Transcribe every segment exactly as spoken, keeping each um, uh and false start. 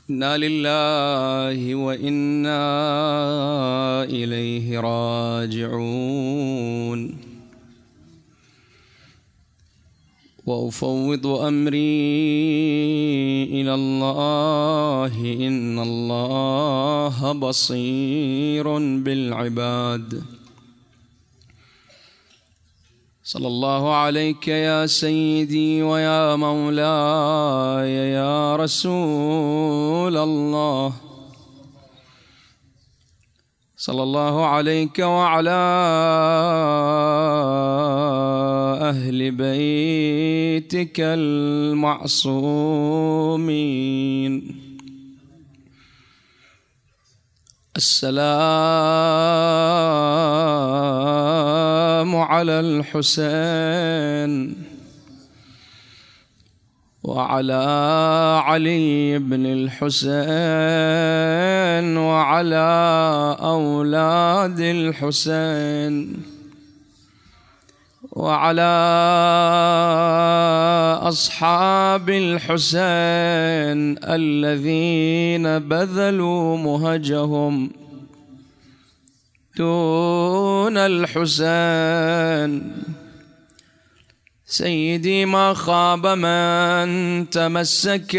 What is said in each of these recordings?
إنا لله وإنا إليه راجعون. وأفوض أمري إلى الله إن الله بصير بالعباد. صلى الله عليك يا سيدي ويا مولاي يا رسول الله. صلى الله عليك وعلى أهل بيتك المعصومين. السلام على الحسين وعلى علي بن الحسين وعلى أولاد الحسين وعلى أصحاب الحسين الذين بذلوا مهجهم دون الحسين. سيدي ما خاب من تمسك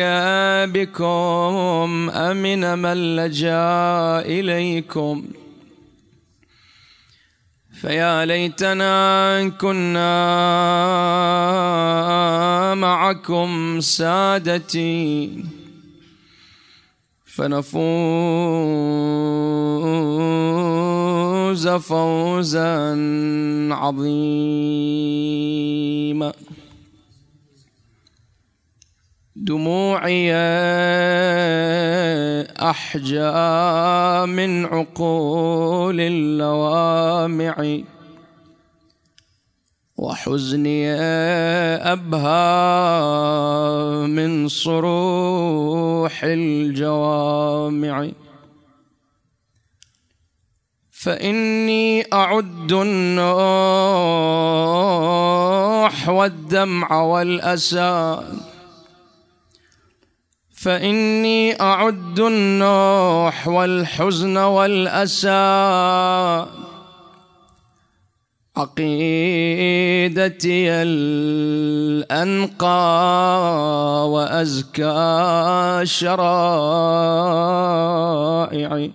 بكم، أمن من لجأ إليكم. فيا ليتنا كنا معكم سادتي فنفوز فوزا عظيما. دموعي أحجى من عقول اللوامع، وحزني أبهى من صروح الجوامع. فإني أعد النوح والدمع والأسى، فإني أعد النوح والحزن والأسى. عقيدتي الأنقى وأزكى شرائعي.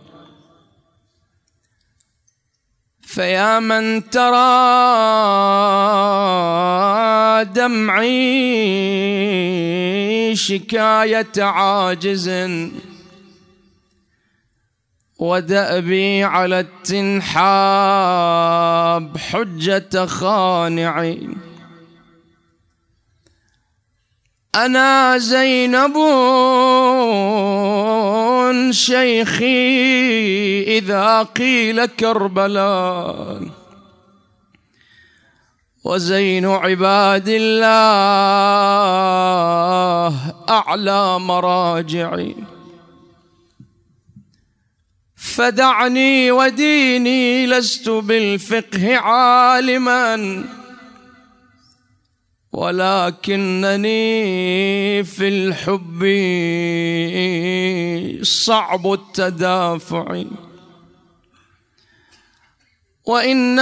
فيا من ترى دمعي شكاية عاجز، ودأبي على التنحاب حجة خانع. أنا زينب شيخي إذا قيل كربلاء، وزين عباد الله أعلى مراجعي. فدعني وديني لست بالفقه عالما، ولكنني في الحب صعب التدافع. وإن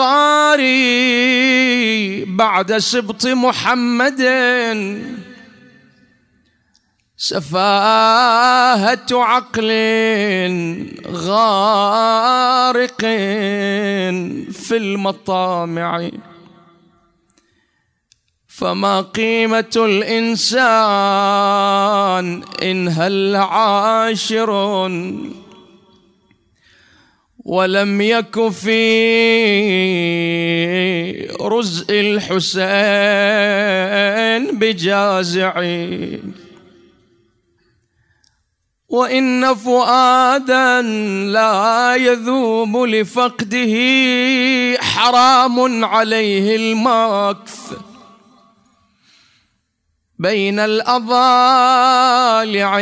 وقاري بعد سبط محمد سفاهة عقل غارق في المطامع. فما قيمة الإنسان إن هل عاشر ولم يك في رزء الحسين بجازع. وإن فؤادا لا يذوب لفقده حرام عليه المكث بين الأضالع.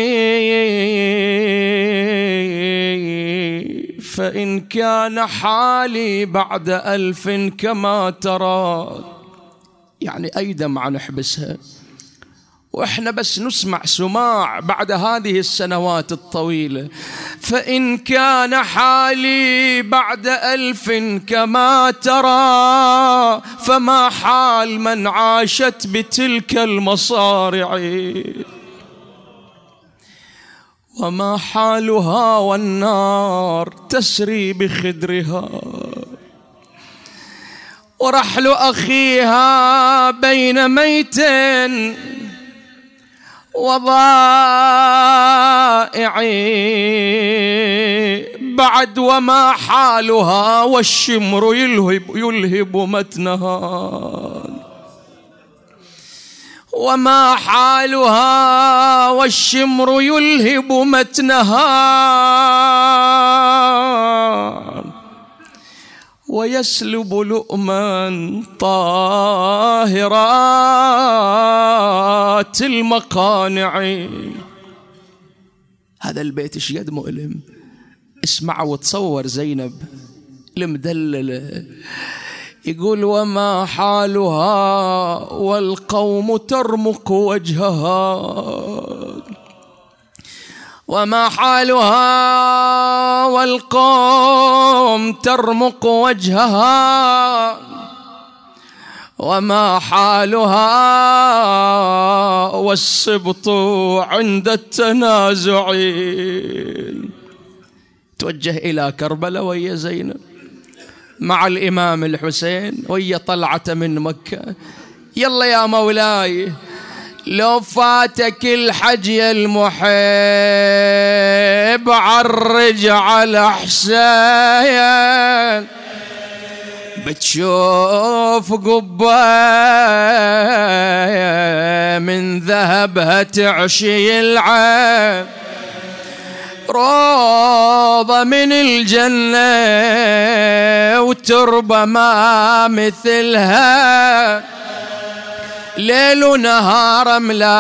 فإن كان حالي بعد ألف كما ترى، يعني أي دمعة نحبسها، وإحنا بس نسمع سماع بعد هذه السنوات الطويلة. فإن كان حالي بعد ألف كما ترى، فما حال من عاشت بتلك المصارع، وما حالها والنار تسري بخدرها، ورحل أخيها بين ميت وضائع، بعد وما حالها والشمر يلهب, يلهب متنها، وما حالها والشمر يلهب متنها، ويسلب لؤما طاهرات المقانع. هذا البيت ايش قد مؤلم. اسمع وتصور زينب المدللة يقول: وما حالها والقوم ترمق وجهها، وما حالها والقوم ترمق وجهها، وما حالها والسبط عند التنازع. توجه إلى كربلاء وهي زينب مع الإمام الحسين وهي طلعة من مكة. يلا يا مولاي، لو فاتك الحج يا المحب عرج على حسين، بتشوف قبة من ذهبها تعشي العين، روضة من الجنة وتربة ما مثلها، ليل ونهار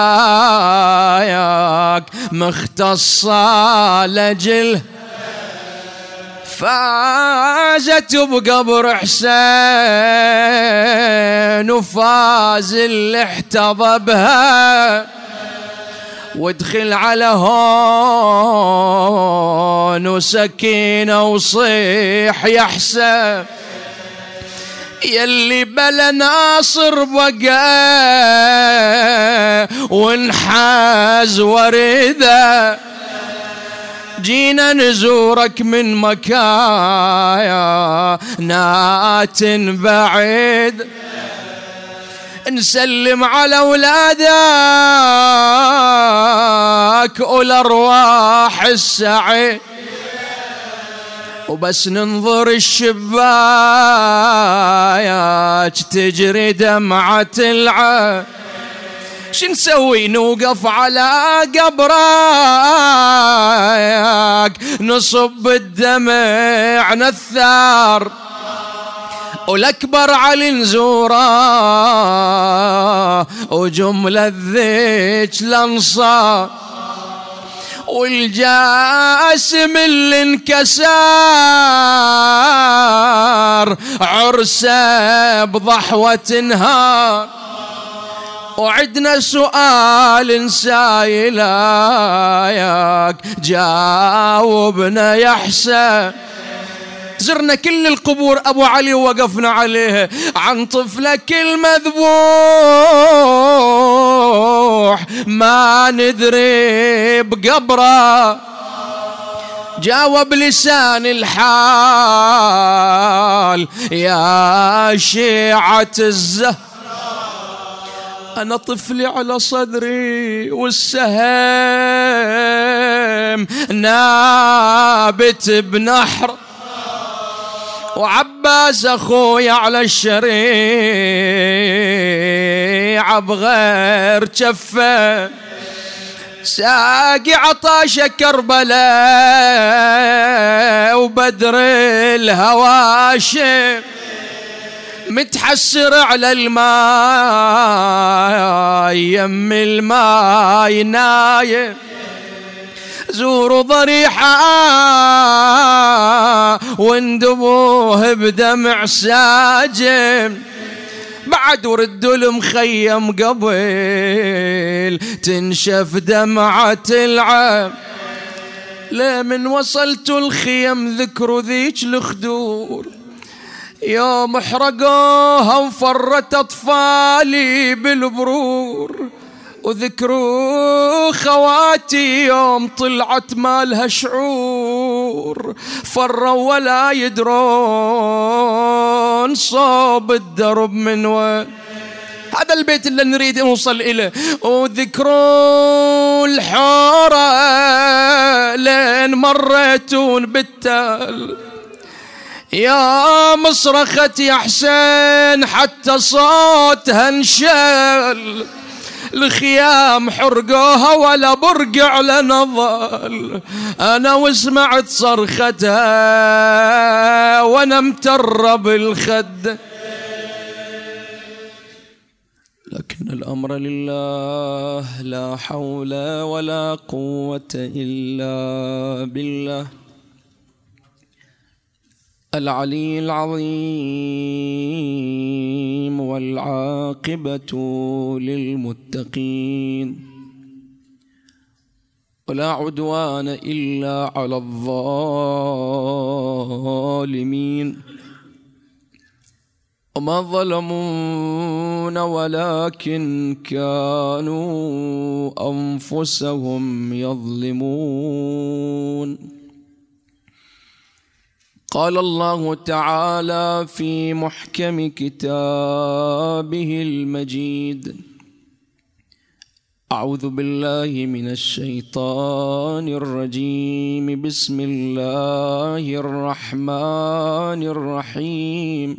ملاياك مختصة لجل. فازت بقبر حسين وفاز اللي احتضى بها، وادخل على هون وسكينة وصيح يا حسين، يلي بلا ناصر بقى ونحاز ورده، جينا نزورك من مكانات بعيد، نسلم على أولادك والأرواح السعيد، وبس ننظر الشباك تجري دمعة العين. شو نسوي؟ نوقف على قبرك نصب الدمع نثار، والأكبر علي نزوره وجملة ذيك الأنصار، والجاسم اللي انكسر عرسه بضحوة نهار. وعدنا سؤال سايلاك جاوبنا يا حسين. زرنا كل القبور أبو علي ووقفنا عليها، عن طفلك المذبوح ما ندري بقبره، جاوب لسان الحال يا شيعة الزهر. أنا طفلي على صدري والسهام نابت بنحر، وعباس أخوي على الشريعة بغير جفة، ساقي عطاشة كربلاء وبدر الهواشم، متحسر على الماء يم الماء نايم، زوروا ضريحة واندبوه بدمع ساجم، بعد وردوا المخيم قبل تنشف دمعة العام. لمن وصلتوا الخيم ذكروا ذيك الخدور يوم حرقوها وفرت أطفالي بالبرور. وذكروا خواتي يوم طلعت مالها شعور فروا ولا يدرون صوب الدرب من وين. هذا البيت اللي نريد نوصل إليه. وذكروا الحورة لين مريتون بالتال يا مصرخت يا حسين حتى صوتها انشل. الخيام حرقوها ولا برقع لنظل أنا وسمعت صرختها وأنا متر بالخد. لكن الأمر لله لا حول ولا قوة إلا بالله العلي العظيم. والعاقبة للمتقين ولا عدوان إلا على الظالمين. وما ظلمون ولكن كانوا أنفسهم يظلمون. قال الله تعالى في محكم كتابه المجيد أعوذ بالله من الشيطان الرجيم بسم الله الرحمن الرحيم.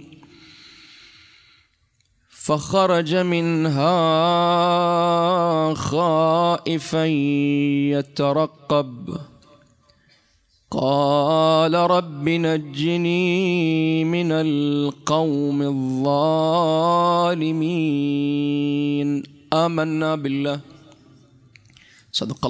فخرج منها خائفا يترقب قال رب نجني من القوم الظالمين. آمنا بالله صدق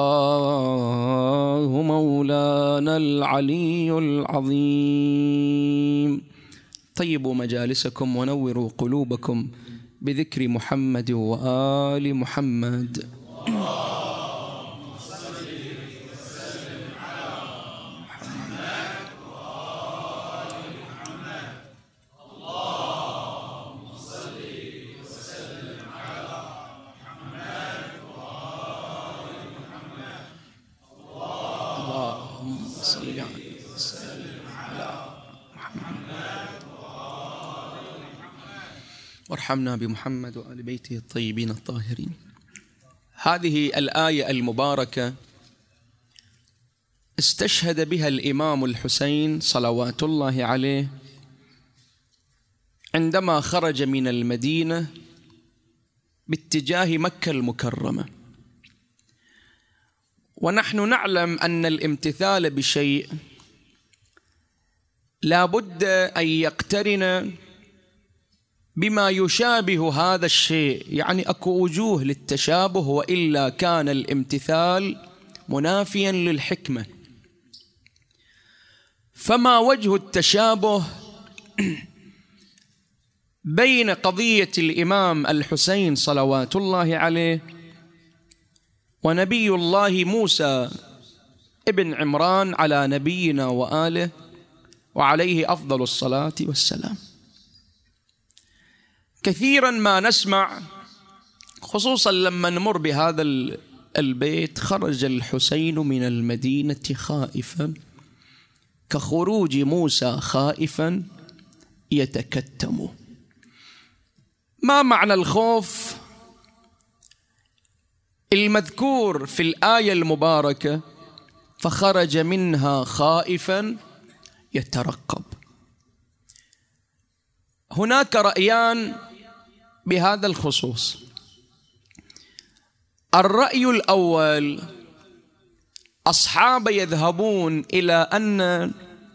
الله مولانا العلي العظيم. طيبوا مجالسكم ونوروا قلوبكم بذكر محمد وآل محمد. وارحمنا بمحمد وآل بيته الطيبين الطاهرين. هذه الآية المباركة استشهد بها الإمام الحسين صلوات الله عليه عندما خرج من المدينة باتجاه مكة المكرمة. ونحن نعلم أن الامتثال بشيء لا بد أن يقترن بما يشابه هذا الشيء، يعني أكو وجوه للتشابه وإلا كان الامتثال منافيا للحكمة. فما وجه التشابه بين قضية الإمام الحسين صلوات الله عليه ونبي الله موسى ابن عمران على نبينا وآله وعليه أفضل الصلاة والسلام؟ كثيرا ما نسمع خصوصا لما نمر بهذا البيت خرج الحسين من المدينة خائفا كخروج موسى خائفا يتكتم. ما معنى الخوف المذكور في الآية المباركة فخرج منها خائفا يترقب؟ هناك رأيان بهذا الخصوص. الرأي الأول أصحاب يذهبون إلى أن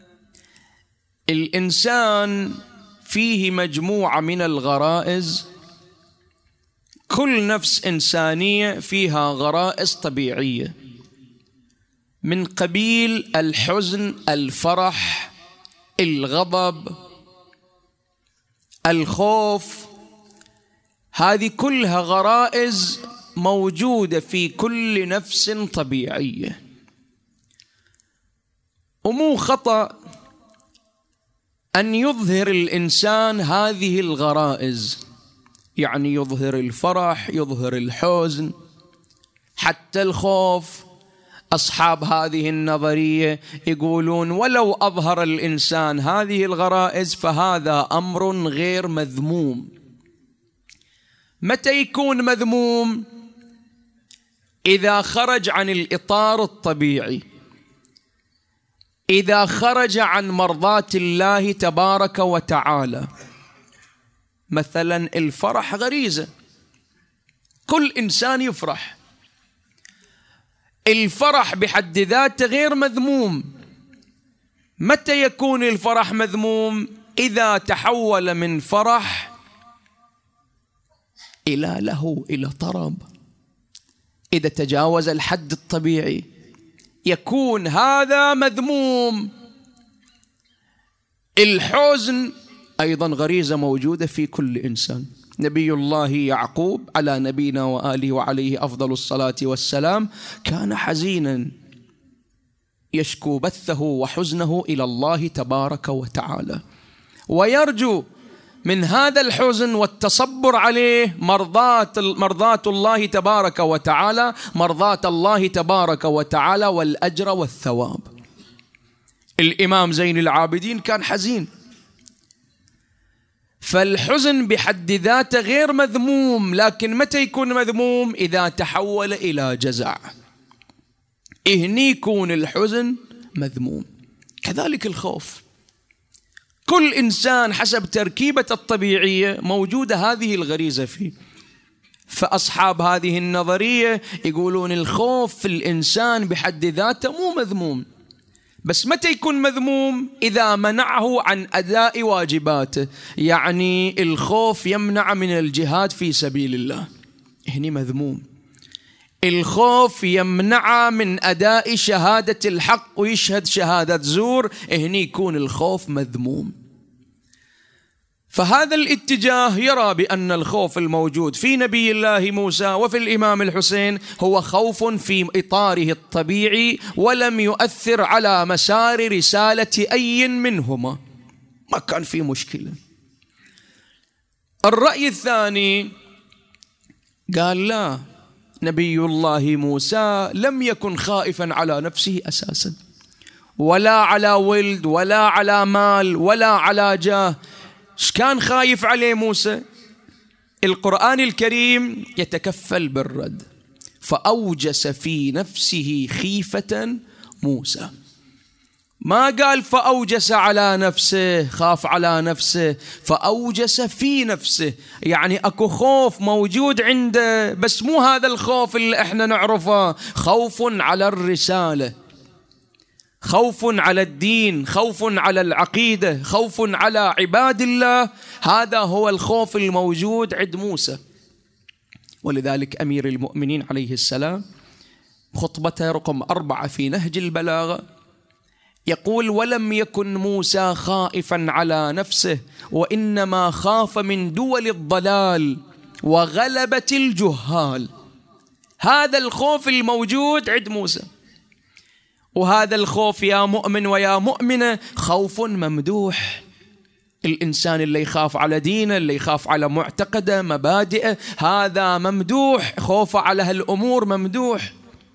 الإنسان فيه مجموعة من الغرائز، كل نفس إنسانية فيها غرائز طبيعية من قبيل الحزن، الفرح، الغضب، الخوف، هذه كلها غرائز موجودة في كل نفس طبيعية، ومو خطأ أن يظهر الإنسان هذه الغرائز، يعني يظهر الفرح، يظهر الحزن، حتى الخوف. أصحاب هذه النظرية يقولون ولو أظهر الإنسان هذه الغرائز فهذا أمر غير مذموم. متى يكون مذموم؟ إذا خرج عن الإطار الطبيعي، إذا خرج عن مرضاة الله تبارك وتعالى. مثلا الفرح غريزة، كل إنسان يفرح، الفرح بحد ذاته غير مذموم. متى يكون الفرح مذموم؟ إذا تحول من فرح إلى لهو، إلى طرب، إذا تجاوز الحد الطبيعي يكون هذا مذموم. الحزن أيضا غريزة موجودة في كل إنسان. نبي الله يعقوب على نبينا وآله وعليه أفضل الصلاة والسلام كان حزينا، يشكو بثه وحزنه إلى الله تبارك وتعالى، ويرجو من هذا الحزن والتصبر عليه مرضاة مرضاة الله تبارك وتعالى، مرضاة الله تبارك وتعالى والأجر والثواب. الإمام زين العابدين كان حزين، فالحزن بحد ذاته غير مذموم، لكن متى يكون مذموم؟ إذا تحول إلى جزع، هني يكون الحزن مذموم. كذلك الخوف، كل إنسان حسب تركيبة الطبيعية موجودة هذه الغريزة فيه. فأصحاب هذه النظرية يقولون الخوف في الإنسان بحد ذاته مو مذموم، بس متى يكون مذموم؟ إذا منعه عن أداء واجباته، يعني الخوف يمنع من الجهاد في سبيل الله، هني مذموم. الخوف يمنع من أداء شهادة الحق ويشهد شهادة زور، هني يكون الخوف مذموم. فهذا الاتجاه يرى بأن الخوف الموجود في نبي الله موسى وفي الإمام الحسين هو خوف في إطاره الطبيعي، ولم يؤثر على مسار رسالة أي منهما، ما كان في مشكلة. الرأي الثاني قال لا، نبي الله موسى لم يكن خائفا على نفسه أساسا، ولا على ولد ولا على مال ولا على جاه. ايش كان خايف عليه موسى؟ القرآن الكريم يتكفل بالرد. فأوجس في نفسه خيفة موسى، ما قال فأوجس على نفسه، خاف على نفسه، فأوجس في نفسه، يعني أكو خوف موجود عنده، بس مو هذا الخوف اللي احنا نعرفه، خوف على الرسالة، خوف على الدين، خوف على العقيدة، خوف على عباد الله. هذا هو الخوف الموجود عند موسى. ولذلك أمير المؤمنين عليه السلام خطبته رقم أربعة في نهج البلاغة يقول: ولم يكن موسى خائفا على نفسه، وإنما خاف من دول الضلال وغلبة الجهال. هذا الخوف الموجود عند موسى، وهذا الخوف يا مؤمن ويا مؤمنة خوف ممدوح. الإنسان اللي يخاف على دينه، اللي يخاف على معتقده، مبادئه، هذا ممدوح، خوفه على هالأمور ممدوح.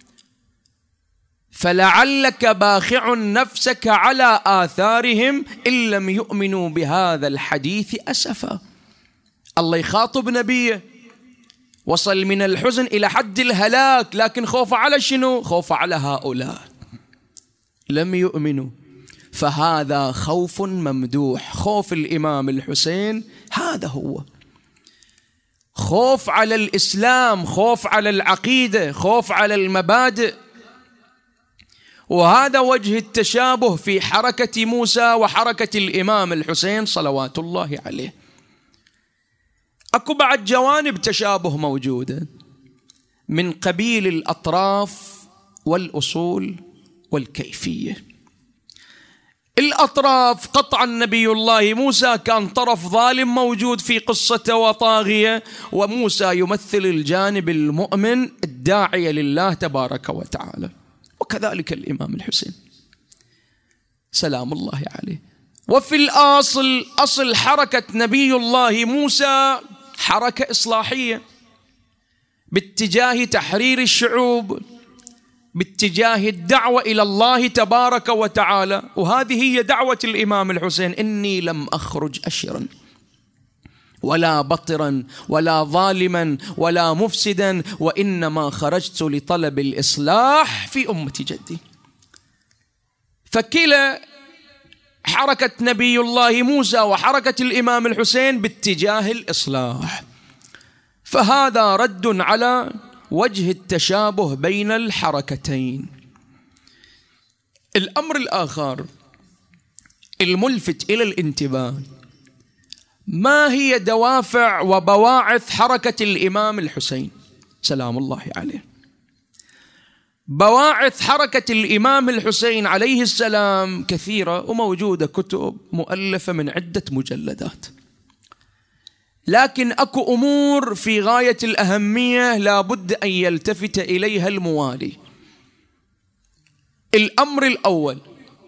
فلعلك باخع نفسك على آثارهم إن لم يؤمنوا بهذا الحديث أسفا. الله يخاطب نبيه، وصل من الحزن إلى حد الهلاك، لكن خوف على شنو؟ خوف على هؤلاء لم يؤمنوا. فهذا خوف ممدوح. خوف الإمام الحسين هذا هو خوف على الإسلام، خوف على العقيدة، خوف على المبادئ. وهذا وجه التشابه في حركة موسى وحركة الإمام الحسين صلوات الله عليه. أكو بعد جوانب تشابه موجودة من قبيل الأطراف والأصول والكيفية. الأطراف قطعا نبي الله موسى كان طرف ظالم موجود في قصته وطاغية، وموسى يمثل الجانب المؤمن الداعية لله تبارك وتعالى، وكذلك الإمام الحسين سلام الله عليه. وفي الأصل أصل حركة نبي الله موسى حركة إصلاحية باتجاه تحرير الشعوب، باتجاه الدعوة إلى الله تبارك وتعالى، وهذه هي دعوة الإمام الحسين: إني لم أخرج أشرا ولا بطرا ولا ظالما ولا مفسدا، وإنما خرجت لطلب الإصلاح في أمة جدي. فكلا حركة نبي الله موسى وحركة الإمام الحسين باتجاه الإصلاح، فهذا رد على وجه التشابه بين الحركتين. الأمر الآخر الملفت إلى الانتباه: ما هي دوافع وبواعث حركة الإمام الحسين سلام الله عليه؟ بواعث حركة الإمام الحسين عليه السلام كثيرة، وموجودة كتب مؤلفة من عدة مجلدات، لكن أكو أمور في غاية الأهمية لا بد أن يلتفت إليها الموالي. الأمر الأول: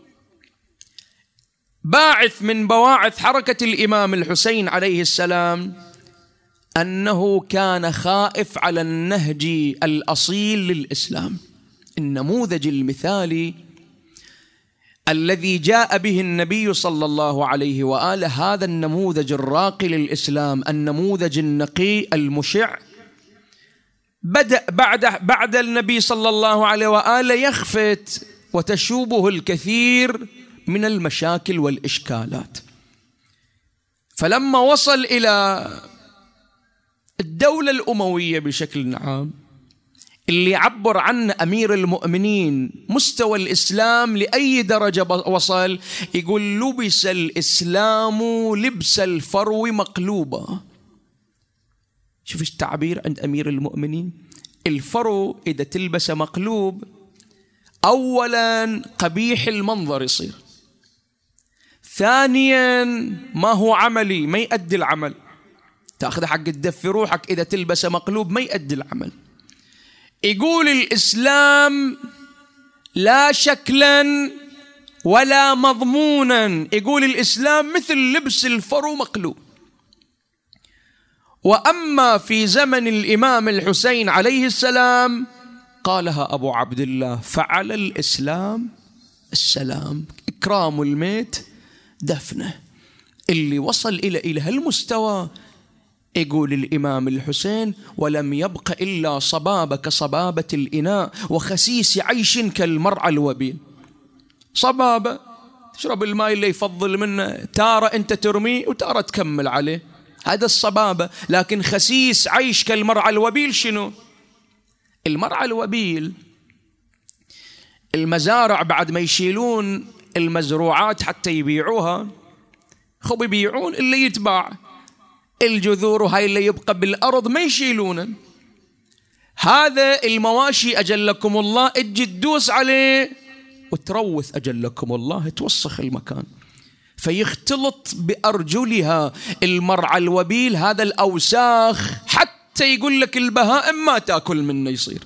باعث من بواعث حركة الإمام الحسين عليه السلام أنه كان خائف على النهج الأصيل للإسلام، النموذج المثالي الذي جاء به النبي صلى الله عليه وآله، هذا النموذج الراقي للإسلام، النموذج النقي المشع، بدأ بعد بعد النبي صلى الله عليه وآله يخفت وتشوبه الكثير من المشاكل والإشكالات. فلما وصل إلى الدولة الأموية بشكل عام، اللي يعبر عنه أمير المؤمنين مستوى الإسلام لأي درجة وصل، يقول: لبس الإسلام لبس الفرو مقلوبا. شوف التعبير عند أمير المؤمنين: الفرو إذا تلبس مقلوب أولا قبيح المنظر يصير، ثانيا ما هو عملي، ما يؤدي العمل، تأخذ حق تدفي روحك إذا تلبس مقلوب ما يؤدي العمل. يقول الإسلام لا شكلا ولا مضمونا، يقول الإسلام مثل لبس الفرو مقلوب. وأما في زمن الإمام الحسين عليه السلام قالها أبو عبد الله: فعل الإسلام السلام، إكرام الميت دفنه. اللي وصل إلى إلى هالمستوى يقول الإمام الحسين: ولم يبق إلا صبابة كصبابة الإناء وخسيس عيش كالمرعى الوبيل. صبابة تشرب الماء اللي يفضل منه، تارة أنت ترميه وتارة تكمل عليه، هذا الصبابة. لكن خسيس عيش كالمرعى الوبيل شنو؟ المرعى الوبيل المزارع بعد ما يشيلون المزروعات حتى يبيعوها، خب يبيعون اللي يتباع، الجذور وهاي اللي يبقى بالأرض ما يشيلونه. هذا المواشي أجلكم الله اجي تدوس عليه وتروث أجلكم الله، توسخ المكان، فيختلط بأرجلها المرعى الوبيل هذا الأوساخ، حتى يقول لك البهائم ما تأكل منه يصير.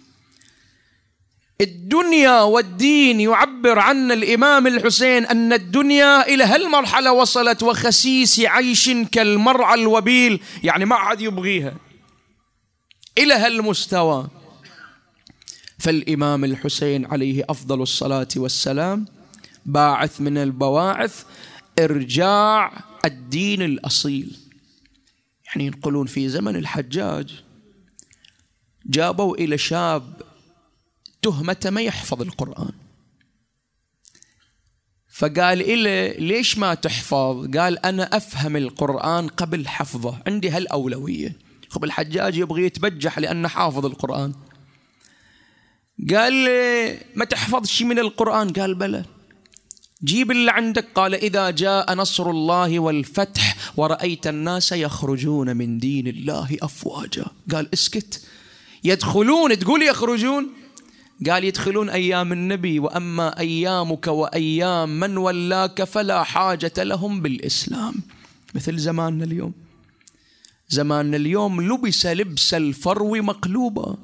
الدنيا والدين يعبر عن الإمام الحسين أن الدنيا إلى هالمرحلة وصلت، وخسيس عيش كالمرعى الوبيل، يعني ما عاد يبغيها، إلى هالمستوى. فالإمام الحسين عليه أفضل الصلاة والسلام باعث من البواعث إرجاع الدين الأصيل. يعني ينقلون في زمن الحجاج جابوا إلى شاب تهمة ما يحفظ القرآن، فقال إله ليش ما تحفظ؟ قال أنا أفهم القرآن قبل حفظه، عندي هالأولوية. خب الحجاج يبغي يتبجح لأنه حافظ القرآن، قال لي ما تحفظ شيء من القرآن؟ قال بلى. جيب اللي عندك. قال إذا جاء نصر الله والفتح ورأيت الناس يخرجون من دين الله أفواجا. قال اسكت، يدخلون تقول يخرجون؟ قال يدخلون أيام النبي، وأما أيامك وأيام من ولاك فلا حاجة لهم بالإسلام. مثل زماننا اليوم، زماننا اليوم لبس لبس الفرو مقلوبة،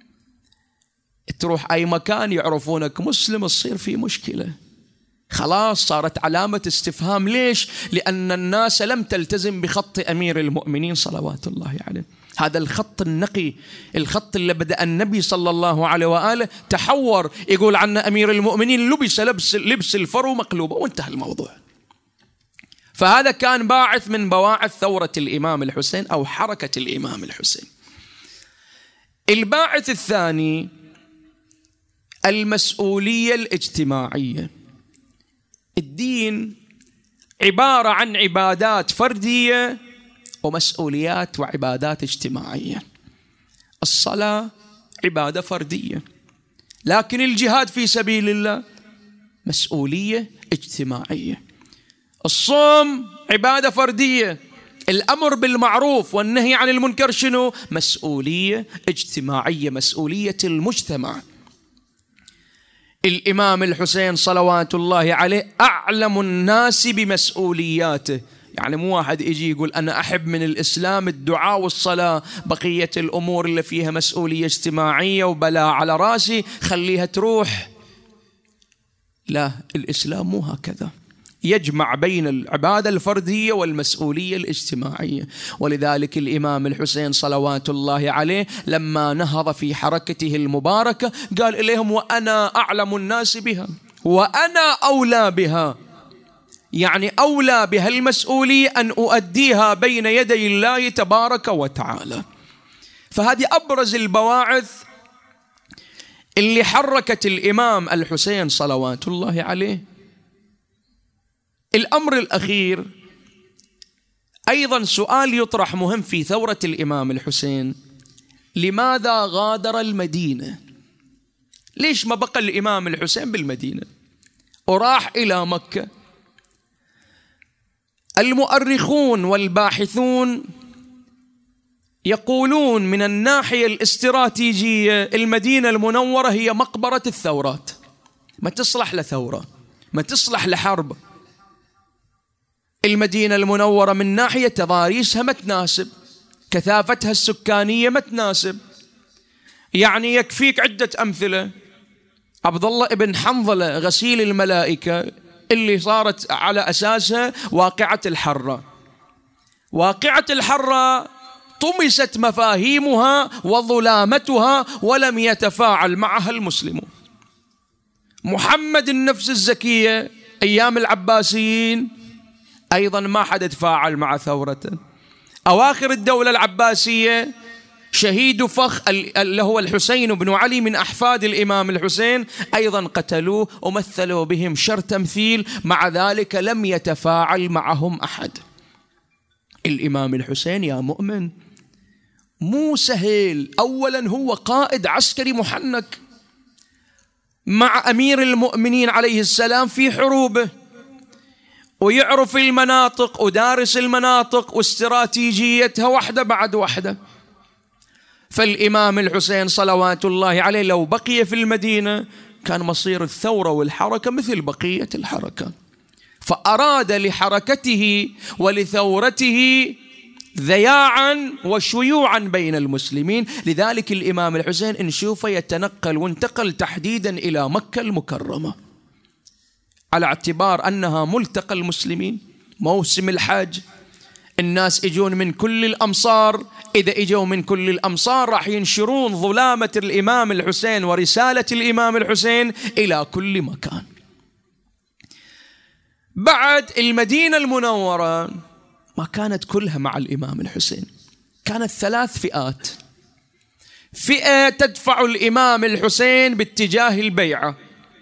تروح أي مكان يعرفونك مسلم تصير في مشكلة، خلاص صارت علامة استفهام. ليش؟ لأن الناس لم تلتزم بخط أمير المؤمنين صلوات الله عليه، هذا الخط النقي، الخط اللي بدأ النبي صلى الله عليه وآله تحور، يقول عنه أمير المؤمنين لبس لبس, لبس الفرو مقلوبة، وانتهى الموضوع. فهذا كان باعث من بواعث ثورة الإمام الحسين أو حركة الإمام الحسين. الباعث الثاني المسؤولية الاجتماعية. الدين عبارة عن عبادات فردية ومسؤوليات وعبادات اجتماعية. الصلاة عبادة فردية، لكن الجهاد في سبيل الله مسؤولية اجتماعية. الصوم عبادة فردية، الأمر بالمعروف والنهي عن المنكر شنو؟ مسؤولية اجتماعية، مسؤولية المجتمع. الإمام الحسين صلوات الله عليه أعلم الناس بمسؤولياته، يعني مو واحد يجي يقول أنا أحب من الإسلام الدعاء والصلاة، بقية الأمور اللي فيها مسؤولية اجتماعية وبلاء على راسي خليها تروح. لا، الإسلام مو هكذا، يجمع بين العبادة الفردية والمسؤولية الاجتماعية. ولذلك الإمام الحسين صلوات الله عليه لما نهض في حركته المباركة قال إليهم وأنا أعلم الناس بها وأنا أولى بها، يعني أولى بها المسؤولية أن أؤديها بين يدي الله تبارك وتعالى. فهذه أبرز البواعث اللي حركت الإمام الحسين صلوات الله عليه. الأمر الأخير أيضا سؤال يطرح مهم في ثورة الإمام الحسين: لماذا غادر المدينة؟ ليش ما بقى الإمام الحسين بالمدينة وراح إلى مكة؟ المؤرخون والباحثون يقولون من الناحية الاستراتيجية المدينة المنورة هي مقبرة الثورات، ما تصلح لثورة، ما تصلح لحرب. المدينة المنورة من ناحية تضاريسها ما تناسب، كثافتها السكانية ما تناسب. يعني يكفيك عدة أمثلة. عبد الله ابن حنظلة غسيل الملائكة اللي صارت على أساسها واقعة الحرة، واقعة الحرة طمست مفاهيمها وظلامتها ولم يتفاعل معها المسلمون. محمد النفس الزكية أيام العباسيين أيضا ما حد تفاعل مع ثورته. أواخر الدولة العباسية شهيد فخ اللي هو الحسين بن علي من أحفاد الإمام الحسين أيضا قتلوه ومثلوا بهم شر تمثيل، مع ذلك لم يتفاعل معهم أحد. الإمام الحسين يا مؤمن مو سهل. أولا هو قائد عسكري محنك مع أمير المؤمنين عليه السلام في حروبه، ويعرف المناطق ودارس المناطق واستراتيجيتها واحدة بعد واحدة. فالإمام الحسين صلوات الله عليه لو بقي في المدينة كان مصير الثورة والحركة مثل بقية الحركة، فأراد لحركته ولثورته ذياعا وشيوعا بين المسلمين. لذلك الإمام الحسين نشوفه يتنقل، وانتقل تحديدا إلى مكة المكرمة على اعتبار أنها ملتقى المسلمين، موسم الحج، الناس يجون من كل الأمصار. إذا إجوا من كل الأمصار راح ينشرون ظلامة الإمام الحسين ورسالة الإمام الحسين إلى كل مكان. بعد المدينة المنورة ما كانت كلها مع الإمام الحسين، كانت ثلاث فئات. فئة تدفع الإمام الحسين باتجاه البيعة،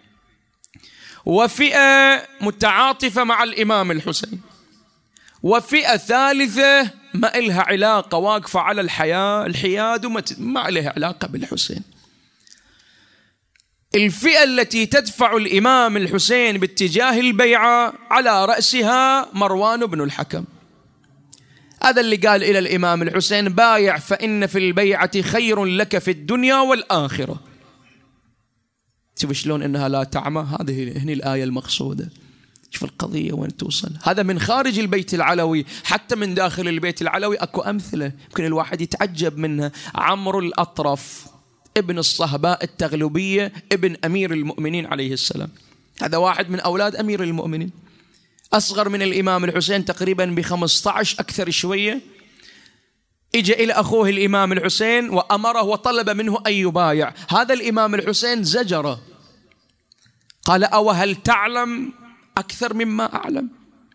وفئة متعاطفة مع الإمام الحسين، وفئة ثالثة ما إلها علاقة، واقفة على الحياة الحياد وما إلها علاقة بالحسين. الفئة التي تدفع الإمام الحسين باتجاه البيعة على رأسها مروان بن الحكم، هذا اللي قال إلى الإمام الحسين: بايع فإن في البيعة خير لك في الدنيا والآخرة. شوف شلون إنها لا تعمى. هذه هني الآية المقصودة. شوف القضية وين توصل. هذا من خارج البيت العلوي. حتى من داخل البيت العلوي أكو أمثلة يمكن الواحد يتعجب منها. عمرو الأطرف ابن الصهباء التغلبية ابن أمير المؤمنين عليه السلام، هذا واحد من أولاد أمير المؤمنين، أصغر من الإمام الحسين تقريبا بخمسة عشر أكثر شوية. إجا إلى أخوه الإمام الحسين وأمره وطلب منه أن يبايع. هذا الإمام الحسين زجره، قال: أو هل تعلم أكثر مما أعلم؟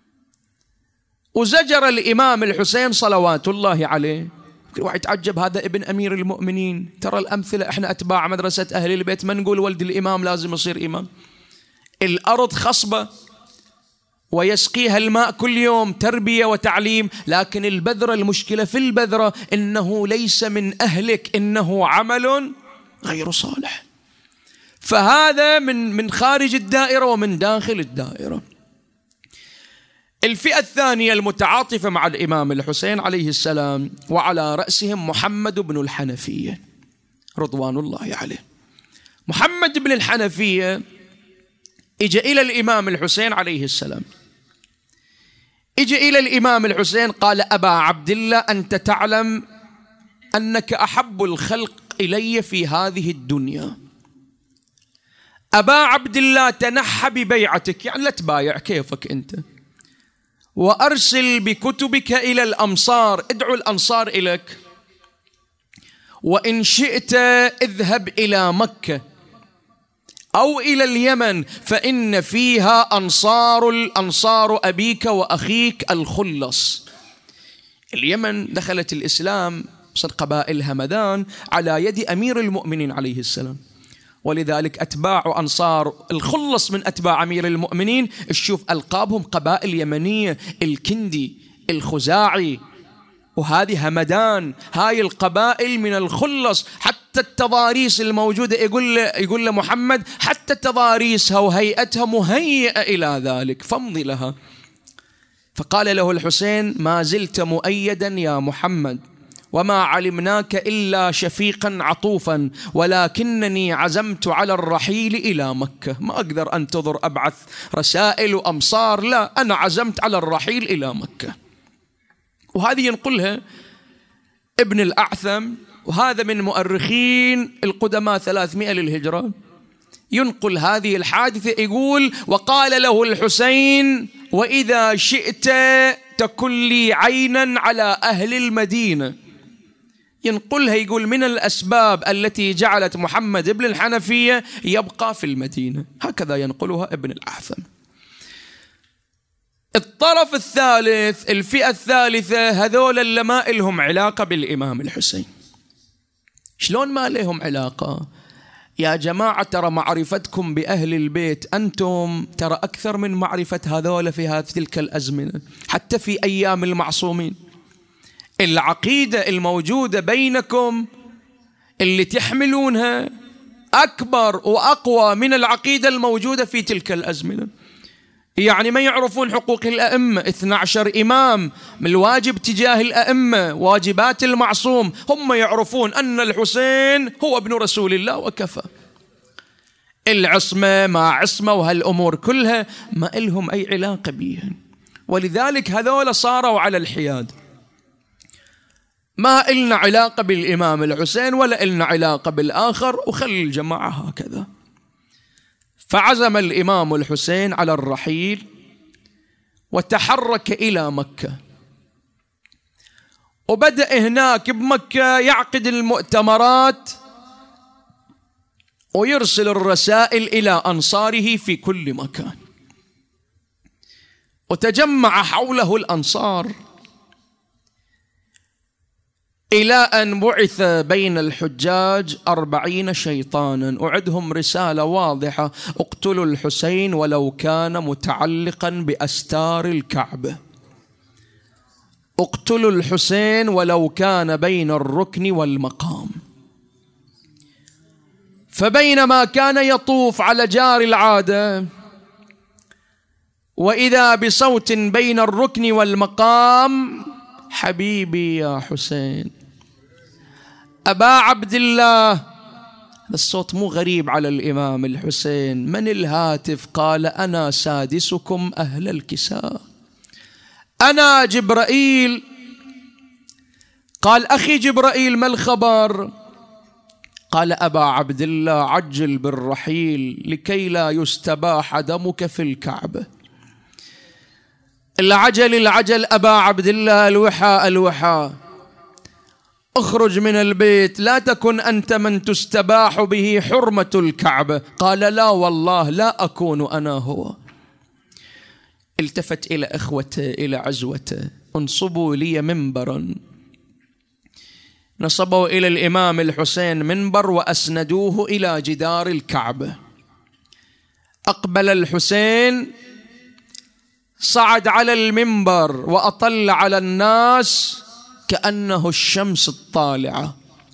وزجر الإمام الحسين صلوات الله عليه. واحد يتعجب، هذا ابن أمير المؤمنين. ترى الأمثلة، إحنا أتباع مدرسة أهل البيت ما نقول ولد الإمام لازم يصير إمام. الأرض خصبة ويسقيها الماء كل يوم، تربية وتعليم، لكن البذرة، المشكلة في البذرة إنه ليس من أهلك، إنه عمل غير صالح. فهذا من من خارج الدائرة ومن داخل الدائرة. الفئة الثانية المتعاطفة مع الإمام الحسين عليه السلام، وعلى رأسهم محمد بن الحنفية رضوان الله عليه. محمد بن الحنفية إجا إلى الإمام الحسين عليه السلام، إجا إلى الإمام الحسين قال: أبا عبد الله، أنت تعلم أنك أحب الخلق إلي في هذه الدنيا. أبا عبد الله، تنحى ببيعتك، يعني لا تبايع كيفك أنت، وأرسل بكتبك إلى الأمصار، ادعو الأنصار إليك، وإن شئت اذهب إلى مكة أو إلى اليمن، فإن فيها أنصار الأنصار أبيك وأخيك الخلص. اليمن دخلت الإسلام، صار قبائل همدان على يد أمير المؤمنين عليه السلام، ولذلك أتباع أنصار الخلص من أتباع أمير المؤمنين تشوف ألقابهم قبائل يمنية، الكندي، الخزاعي، وهذه همدان، هاي القبائل من الخلص. حتى التضاريس الموجودة يقول له يقول له محمد حتى تضاريسها وهيئتها مهيئة إلى ذلك، فامضي لها. فقال له الحسين: ما زلت مؤيدا يا محمد، وما علمناك إلا شفيقا عطوفا، ولكنني عزمت على الرحيل إلى مكة، ما أقدر أنتظر أبعث رسائل وأمصار، لا، أنا عزمت على الرحيل إلى مكة. وهذه ينقلها ابن الأعثم، وهذا من مؤرخين القدماء ثلاثمائة للهجرة، ينقل هذه الحادثة، يقول: وقال له الحسين: وإذا شئت تكن لي عينا على أهل المدينة. ينقلها، يقول: من الأسباب التي جعلت محمد بن الحنفية يبقى في المدينة. هكذا ينقلها ابن الأعثم. الطرف الثالث، الفئة الثالثة، هذول اللي ما لهم علاقة بالإمام الحسين. شلون ما لهم علاقة؟ يا جماعة، ترى معرفتكم بأهل البيت أنتم ترى أكثر من معرفة هذول في هذه تلك الأزمنة، حتى في أيام المعصومين. العقيدة الموجودة بينكم اللي تحملونها أكبر وأقوى من العقيدة الموجودة في تلك الأزمنة. يعني ما يعرفون حقوق الأئمة، اثنى عشر إمام، من الواجب تجاه الأئمة، واجبات المعصوم. هم يعرفون أن الحسين هو ابن رسول الله وكفى. العصمة ما عصمة وهالأمور كلها ما إلهم أي علاقة بيها، ولذلك هذول صاروا على الحياد. ما إلنا علاقة بالإمام الحسين ولا إلنا علاقة بالآخر، وخلي الجماعة هكذا. فعزم الإمام الحسين على الرحيل وتحرك إلى مكة، وبدأ هناك بمكة يعقد المؤتمرات ويرسل الرسائل إلى أنصاره في كل مكان، وتجمع حوله الأنصار، إلى أن بعث بين الحجاج أربعين شيطانا، أعدهم رسالة واضحة: اقتلوا الحسين ولو كان متعلقا بأستار الكعبة، اقتلوا الحسين ولو كان بين الركن والمقام. فبينما كان يطوف على جار العادة، وإذا بصوت بين الركن والمقام: حبيبي يا حسين، أبا عبد الله، الصوت مو غريب على الإمام الحسين. من الهاتف؟ قال أنا سادسكم أهل الكساء، أنا جبرائيل. قال أخي جبرائيل ما الخبر؟ قال أبا عبد الله عجل بالرحيل لكي لا يستباح دمك في الكعبة. العجل العجل أبا عبد الله، الوحى الوحى، اخرج من البيت، لا تكن أنت من تستباح به حرمة الكعبة. قال لا والله لا أكون أنا هو. التفت إلى إخوته إلى عزوته، انصبوا لي منبرا. نصبوا إلى الإمام الحسين منبر وأسندوه إلى جدار الكعبة. أقبل الحسين، صعد على المنبر وأطل على الناس كأنه الشمس الطالعة.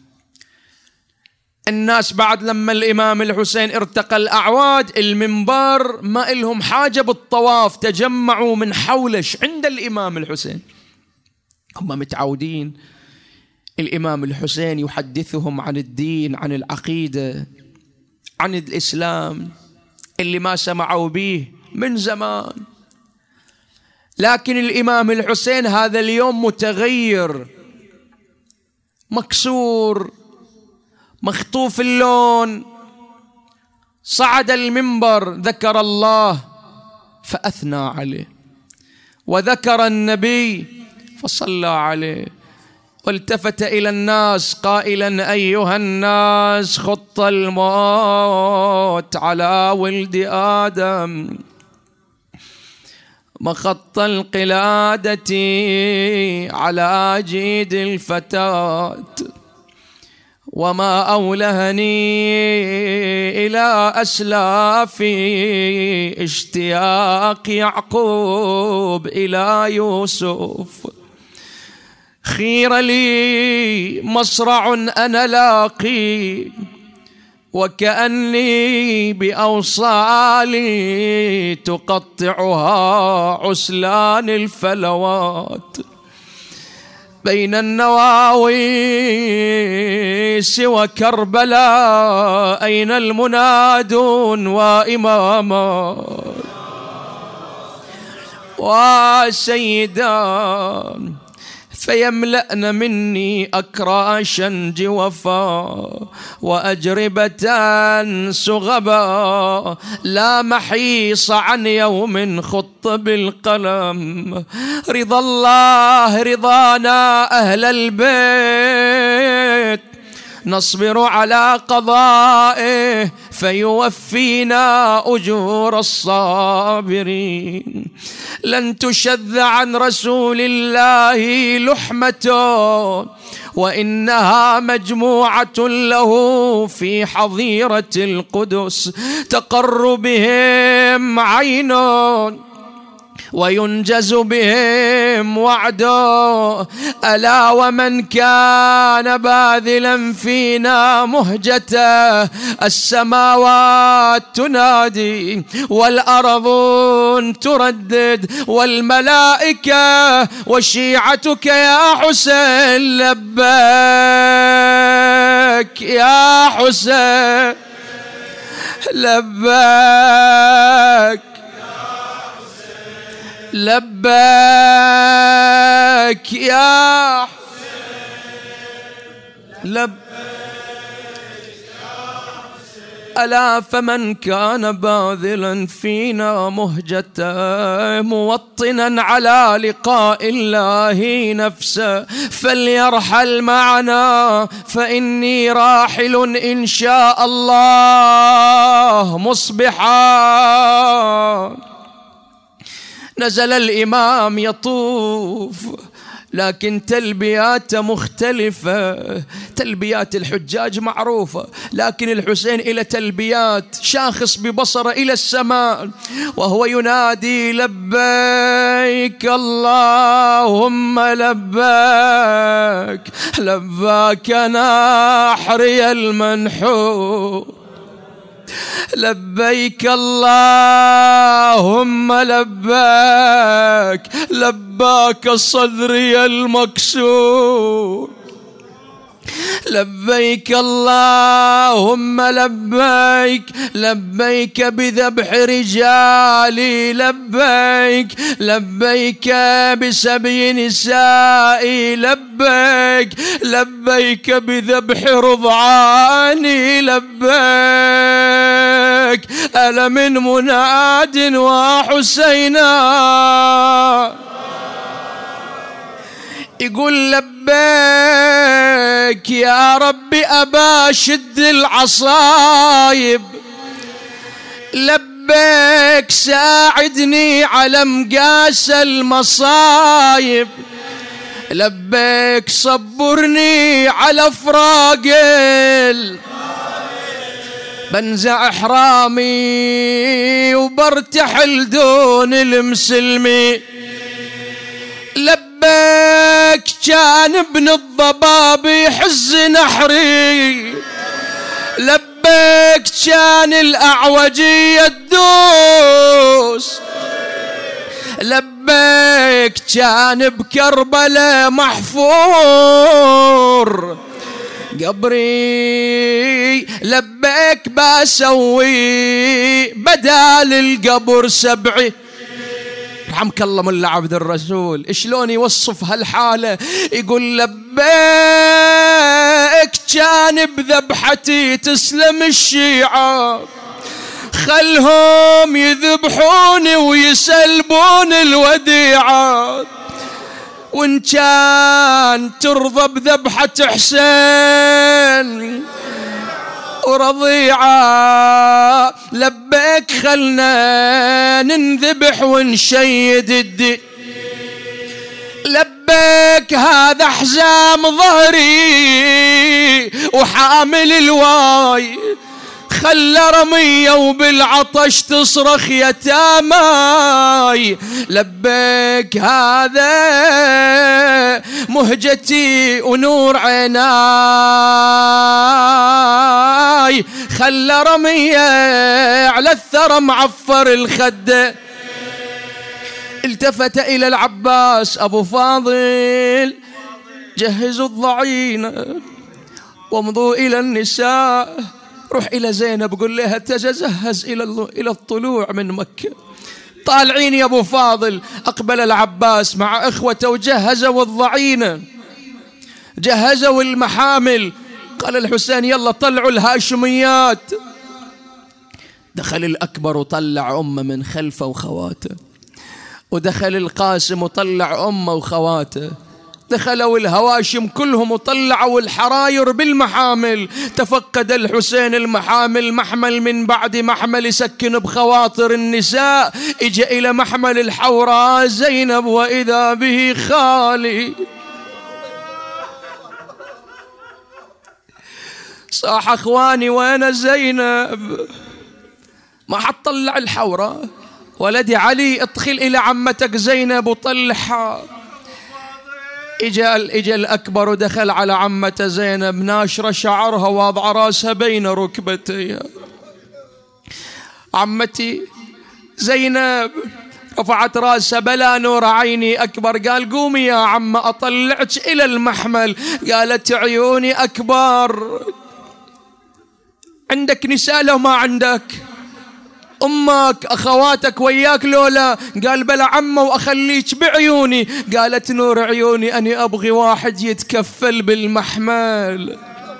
الناس بعد لما الإمام الحسين ارتقى الأعواد المنبر ما إلهم حاجة بالطواف، تجمعوا من حولش عند الإمام الحسين. هم متعودين الإمام الحسين يحدثهم عن الدين، عن العقيدة، عن الإسلام اللي ما سمعوا به من زمان. لكن الإمام الحسين هذا اليوم متغير، مكسور، مخطوف اللون. صعد المنبر، ذكر الله فأثنى عليه، وذكر النبي فصلى عليه، والتفت إلى الناس قائلا أيها الناس خط الموت على ولد آدم، مخط القلادة على جيد الفتاة، وما أولهني إلى أسلافي اشتياق يعقوب إلى يوسف. خير لي مصرع أنا لاقي، وكأني بأوصالي تقطعها عسلان الفلوات. بين النواويس وكربلاء أين المنادون وإمامان وسيدان، فيملأن مني أكراشا جوفا وأجربة سغبا، لا محيص عن يوم خط بالقلم. رضا الله رضانا أهل البيت، نصبر على قضائه فيوفينا أجور الصابرين. لن تشذ عن رسول الله لحمة، وإنها مجموعة له في حظيرة القدس، تقر بهم عين وينجز بهم وعده. ألا ومن كان باذلا فينا مهجته، السماوات تنادي والأرض تردد والملائكة وشيعتك يا حسين لبيك يا حسين لبيك لبيك يا لبيك. ألا فمن كان باذلا فينا مهجته، موطنا على لقاء الله نفسه، فليرحل معنا فإني راحل إن شاء الله مصبحا. نزل الإمام يطوف، لكن تلبيات مختلفة. تلبيات الحجاج معروفة، لكن الحسين إلى تلبيات، شاخص ببصره إلى السماء وهو ينادي لبيك اللهم لبيك لباك ناحري المنحور، لبيك اللهم لبيك لباك صدري المكسور. لبيك اللهم لبيك، لبيك بذبح رجالي، لبيك لبيك بسبي نسائي، لبيك لبيك بذبح رضعاني، لبيك ألا من مناد وحسينا يقول لبيك يا ربي أبا شد العصايب، لبيك ساعدني على مقاس المصايب، لبيك صبرني على فراقل، بنزع إحرامي وبرتحل دون المسلمي، لبيك كان ابن الضباب يحز نحري، لبيك كان الأعوجي الدوس، لبيك كان بكربلاء محفور قبري، لبيك بسوي بدال القبر سبعي. رحمك الله ملا عبد الرسول شلون يوصف هالحالة، يقول لبيك كان بذبحتي تسلم الشيعة، خلهم يذبحوني ويسلبون الوديعة، وإن كان ترضى بذبحة حسين ورضيعة، لبيك خلنا ننذبح ونشيد الدين، لبيك هذا حزام ظهري وحامل الواي، خلى رمية وبالعطش تصرخ يتاماي، لبيك هذا مهجتي ونور عيناي، خلى رمية على الثرى معفر الخد. التفت إلى العباس أبو فاضل جهزوا الضعينة وامضوا إلى النساء، روح إلى زينب قل لها تجهز إلى إلى الطلوع من مكة. طالعين يا أبو فاضل. أقبل العباس مع إخوته وجهزوا الضعينة، جهزوا المحامل. قال الحسين يلا طلعوا الهاشميات. دخل الأكبر وطلع أمه من خلفه وخواته، ودخل القاسم وطلع أمه وخواته، دخلوا الهواشم كلهم وطلعوا الحراير بالمحامل. تفقد الحسين المحامل محمل من بعد محمل يسكن بخواطر النساء، اجى إلى محمل الحوراء زينب وإذا به خالي. صاح اخواني وين زينب؟ ما حتطلع الحوراء. ولدي علي ادخل إلى عمتك زينب وطلعها. إجا إجا الأكبر ودخل على عمة زينب ناشرة شعرها واضعة راسها بين ركبتيها. عمتي زينب رفعت راسها بلا نور عيني. أكبر قال قومي يا عم أطلعك إلى المحمل. قالت عيوني أكبر، عندك نساء لو ما عندك؟ أمك أخواتك وياك لولا؟ قال بلا عمه وأخليك بعيوني. قالت نور عيوني أني أبغي واحد يتكفل بالمحمل،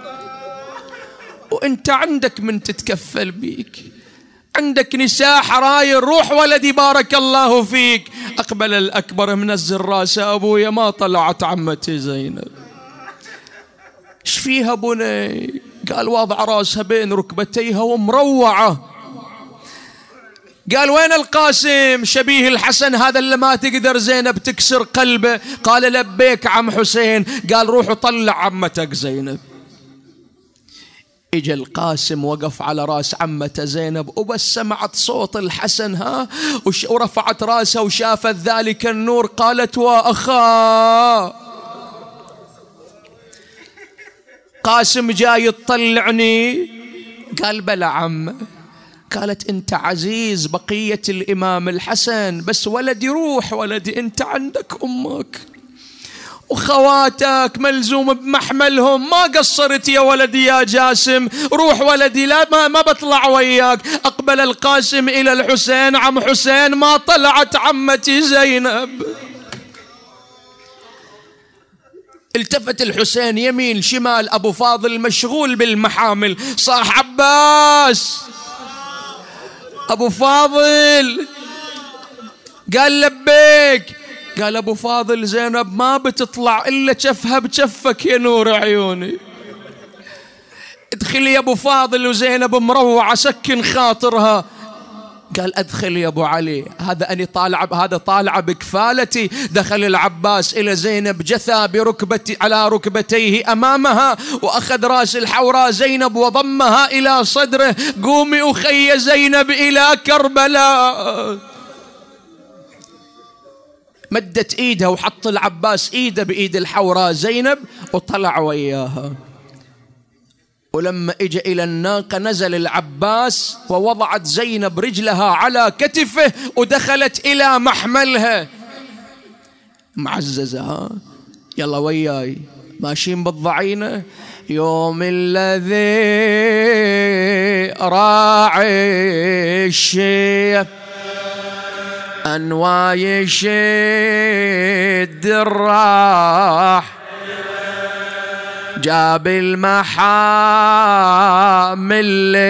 وأنت عندك من تتكفل بيك، عندك نساء حراير. روح ولدي بارك الله فيك. أقبل الأكبر منزل راسه. أبويا ما طلعت عمتي زينب. ايش فيها بني؟ قال واضع راسها بين ركبتيها ومروعة. قال وين القاسم شبيه الحسن هذا اللي ما تقدر زينب تكسر قلبه؟ قال لبيك عم حسين. قال روح طلع عمتك زينب. اجى القاسم وقف على راس عمة زينب، وبس سمعت صوت الحسن ها ورفعت راسها وشافت ذلك النور. قالت وأخا قاسم جاي تطلعني؟ قال بلى عم. قالت انت عزيز بقية الامام الحسن، بس ولدي روح ولدي، انت عندك امك وخواتك ملزوم بمحملهم، ما قصرت يا ولدي يا جاسم، روح ولدي لا ما, ما بطلع وياك. أقبل القاسم إلى الحسين: عم حسين ما طلعت عمتي زينب. التفت الحسين يمين شمال، أبو فاضل مشغول بالمحامل. صاح عباس، أبو فاضل. قال لبيك. قال أبو فاضل زينب ما بتطلع إلا جفها بجفك يا نور عيوني. ادخل يا أبو فاضل وزينب مروعة سكن خاطرها. قال أدخل يا أبو علي، هذا أني طالع، هذا طالع بكفالتي. دخل العباس إلى زينب، جثى بركبتي على ركبتيه أمامها، وأخذ رأس الحوراء زينب وضمها إلى صدره. قومي أخي زينب إلى كربلاء. مدت إيدها وحط العباس إيده بإيد الحوراء زينب وطلع وياها. ولما اجى إلى الناقة نزل العباس ووضعت زينب رجلها على كتفه ودخلت إلى محملها معززة. ها يلا وياي ماشيين بالضعينة. يوم الذي راعي الشيخ أنواي يشد الراح، جاب المحامل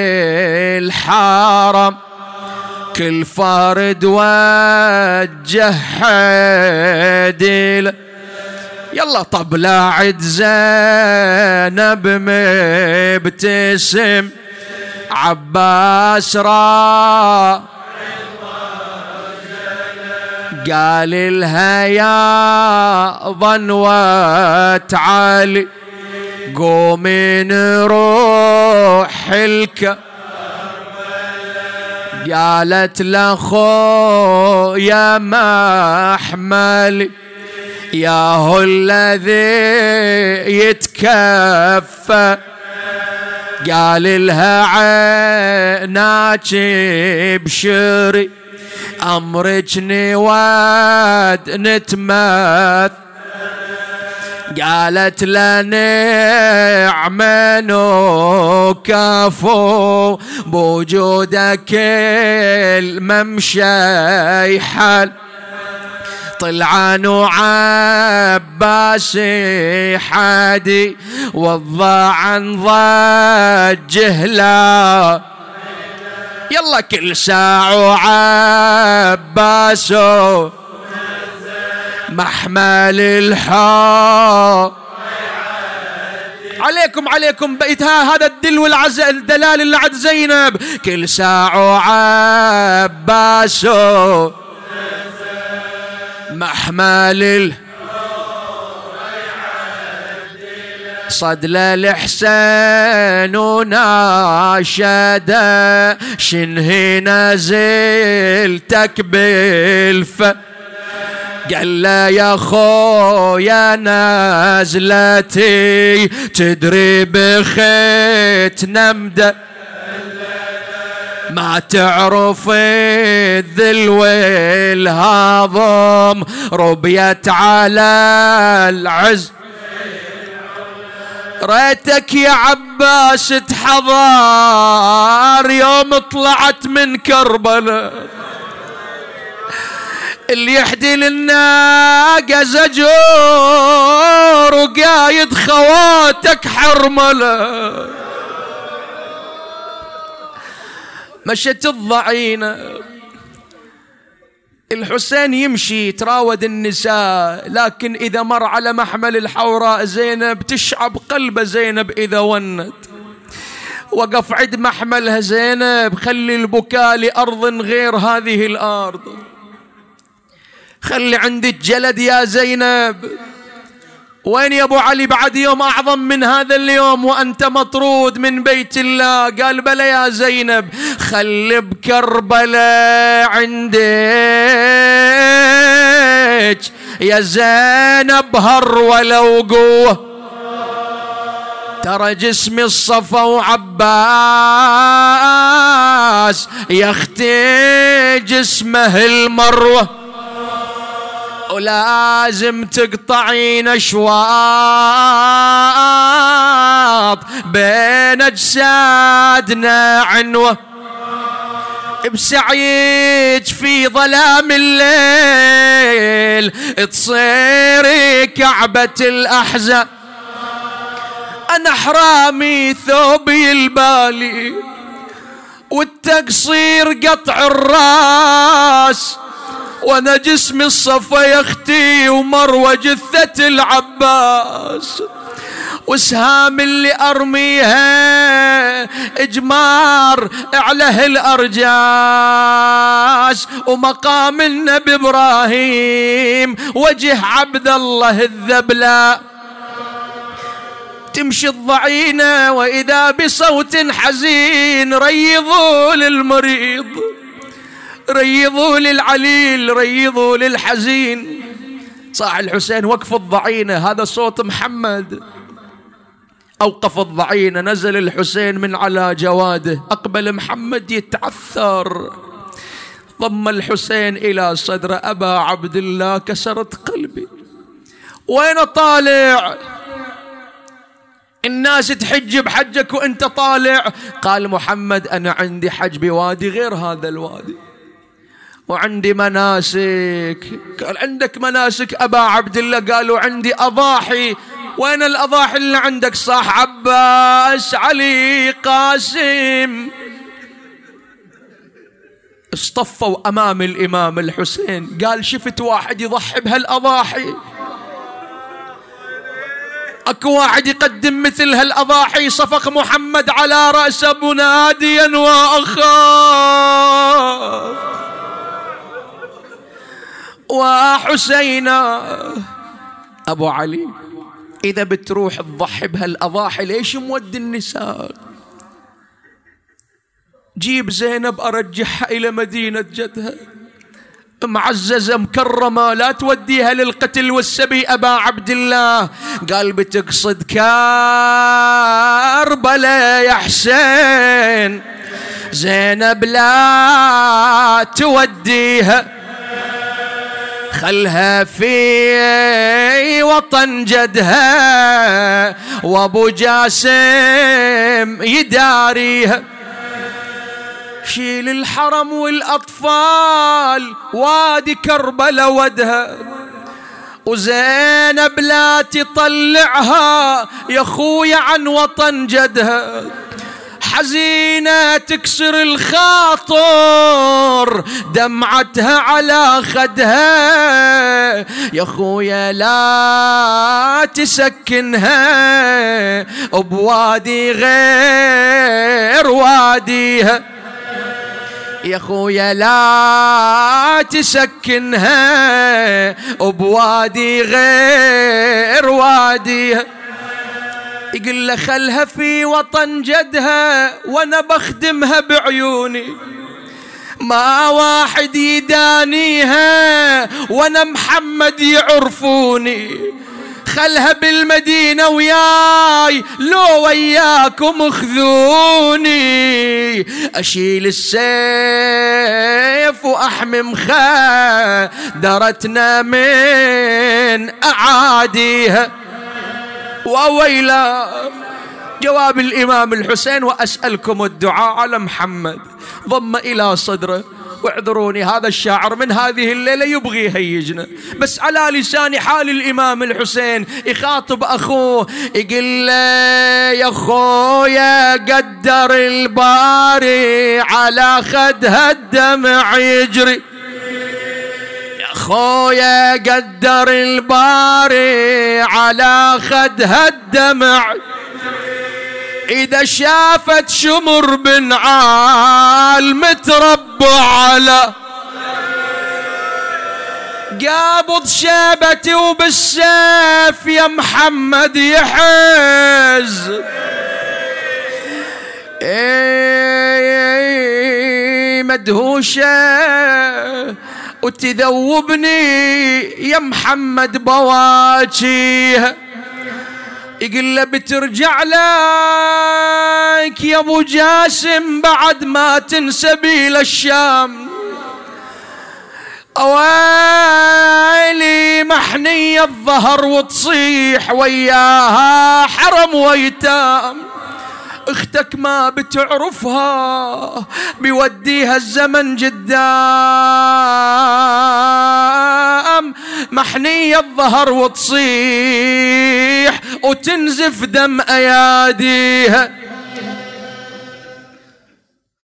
للحرم، كل فرد وجه حديل. يلا طبلعت زينب مبتسم، عباس را قال لها يا ظنوة علي قومي نروح الك. قالت له يا محملي ياهو الذي يتكفى. قال لها عيناك بشري أمرك نواد نتمثل. قالت لنعم وكفو بوجودك الممشى حل. طلعان وعباس حادي والضاعن ضجه لا. يلا كل ساعة عباس محمل الحق. عليكم عليكم بيتها هذا الدل والعزاء الدلال اللي عند زينب. كل ساعة عباس محمل الحق. صدل الحسين وناشد شنهي نزلتك بالف. قال له يا خويا نازلتي تدري بخيت نمدة ما تعرف الذل والهضم ربيت على العز. ريتك يا عباس تحضر يوم طلعت من كربلاء اللي يحدي للناقة زجور وقايد خواتك حرملة. مشت الضعينة الحسين يمشي تراود النساء، لكن إذا مر على محمل الحوراء زينب تشعب قلب زينب إذا ونت. وقف عند محملها زينب خلي البكاء لأرض غير هذه الأرض. خلي عندك جلد يا زينب. وين يا ابو علي بعد يوم اعظم من هذا اليوم وانت مطرود من بيت الله؟ قال بلى يا زينب. خلي بكربلاء عندك يا زينب هر ولو قوه. ترى جسم الصفا وعباس يختي جسمه المروه. ولازم تقطعين أشواط بين أجسادنا عنوة بسعيك في ظلام الليل تصيري كعبة الأحزان. أنا حرامي ثوبي البالي والتقصير قطع الراس، وانا جسمي الصفا يا اختي ومروى جثة العباس، وسهام اللي ارميها اجمار اعله الارجاس، ومقام النبي ابراهيم وجه عبد الله الذبلا. تمشي الضعينة واذا بصوت حزين ريضوا للمريض، ريضوا للعليل، ريضوا للحزين. صاح الحسين وقف الضعينة، هذا صوت محمد. أوقف الضعينة، نزل الحسين من على جواده، أقبل محمد يتعثر، ضم الحسين إلى صدره. أبا عبد الله كسرت قلبي، وين طالع؟ الناس تحج بحجك وانت طالع. قال محمد أنا عندي حج بوادي غير هذا الوادي، وعندي مناسك. قال عندك مناسك أبا عبد الله؟ قالوا عندي أضاحي. وين الأضاحي اللي عندك؟ صاح عباس علي قاسم. اصطفوا أمام الإمام الحسين، قال شفت واحد يضحي بهالأضاحي؟ اكو واحد يقدم مثل هالأضاحي؟ صفق محمد على رأسه مناديا وأخاه وحسينا. أبو علي إذا بتروح تضحي بهالأضاحي ليش مودي النساء؟ جيب زينب أرجعها إلى مدينة جدها معززة مكرمة، لا توديها للقتل والسبي. أبا عبد الله قال بتقصد كربلاء يا حسين، زينب لا توديها، خلها في وطن جدها وابو جاسم يداريها. شيل الحرم والأطفال وادي كربلاء ودها، وزينب لا تطلعها يا خويا عن وطن جدها، حزينة تكسر الخاطر دمعتها على خدها، يا خويا لا تسكنها بوادي غير واديها، يا خويا لا تسكنها بوادي غير واديها. يقول له خلها في وطن جدها وانا بخدمها بعيوني، ما واحد يدانيها وانا محمد يعرفوني، خلها بالمدينة وياي لو وياكم خذوني، أشيل السيف وأحمي مخدرتنا من أعاديها. وويلا جواب الإمام الحسين وأسألكم الدعاء على محمد. ضم إلى صدره. واعذروني هذا الشاعر من هذه الليلة يبغي يهيجنا، بس على لسان حال الإمام الحسين يخاطب أخوه، يقول له يا خويا قدر الباري على خدها الدمع يجري، يا خويا قدر الباري على خدها الدمع، إذا شافت شمر بن عال متربع على قابض شابتي وبالسيف يا محمد يحز، ايه مدهوشة وتذوبني يا محمد بواجيها، يقول له بترجع لك يا ابو جاسم بعد ما تنسبي للشام، اويلي محنية الظهر وتصيح وياها حرم ويتام، اختك ما بتعرفها بيوديها الزمن قدام، محنية الظهر وتصيح وتنزف دم اياديها.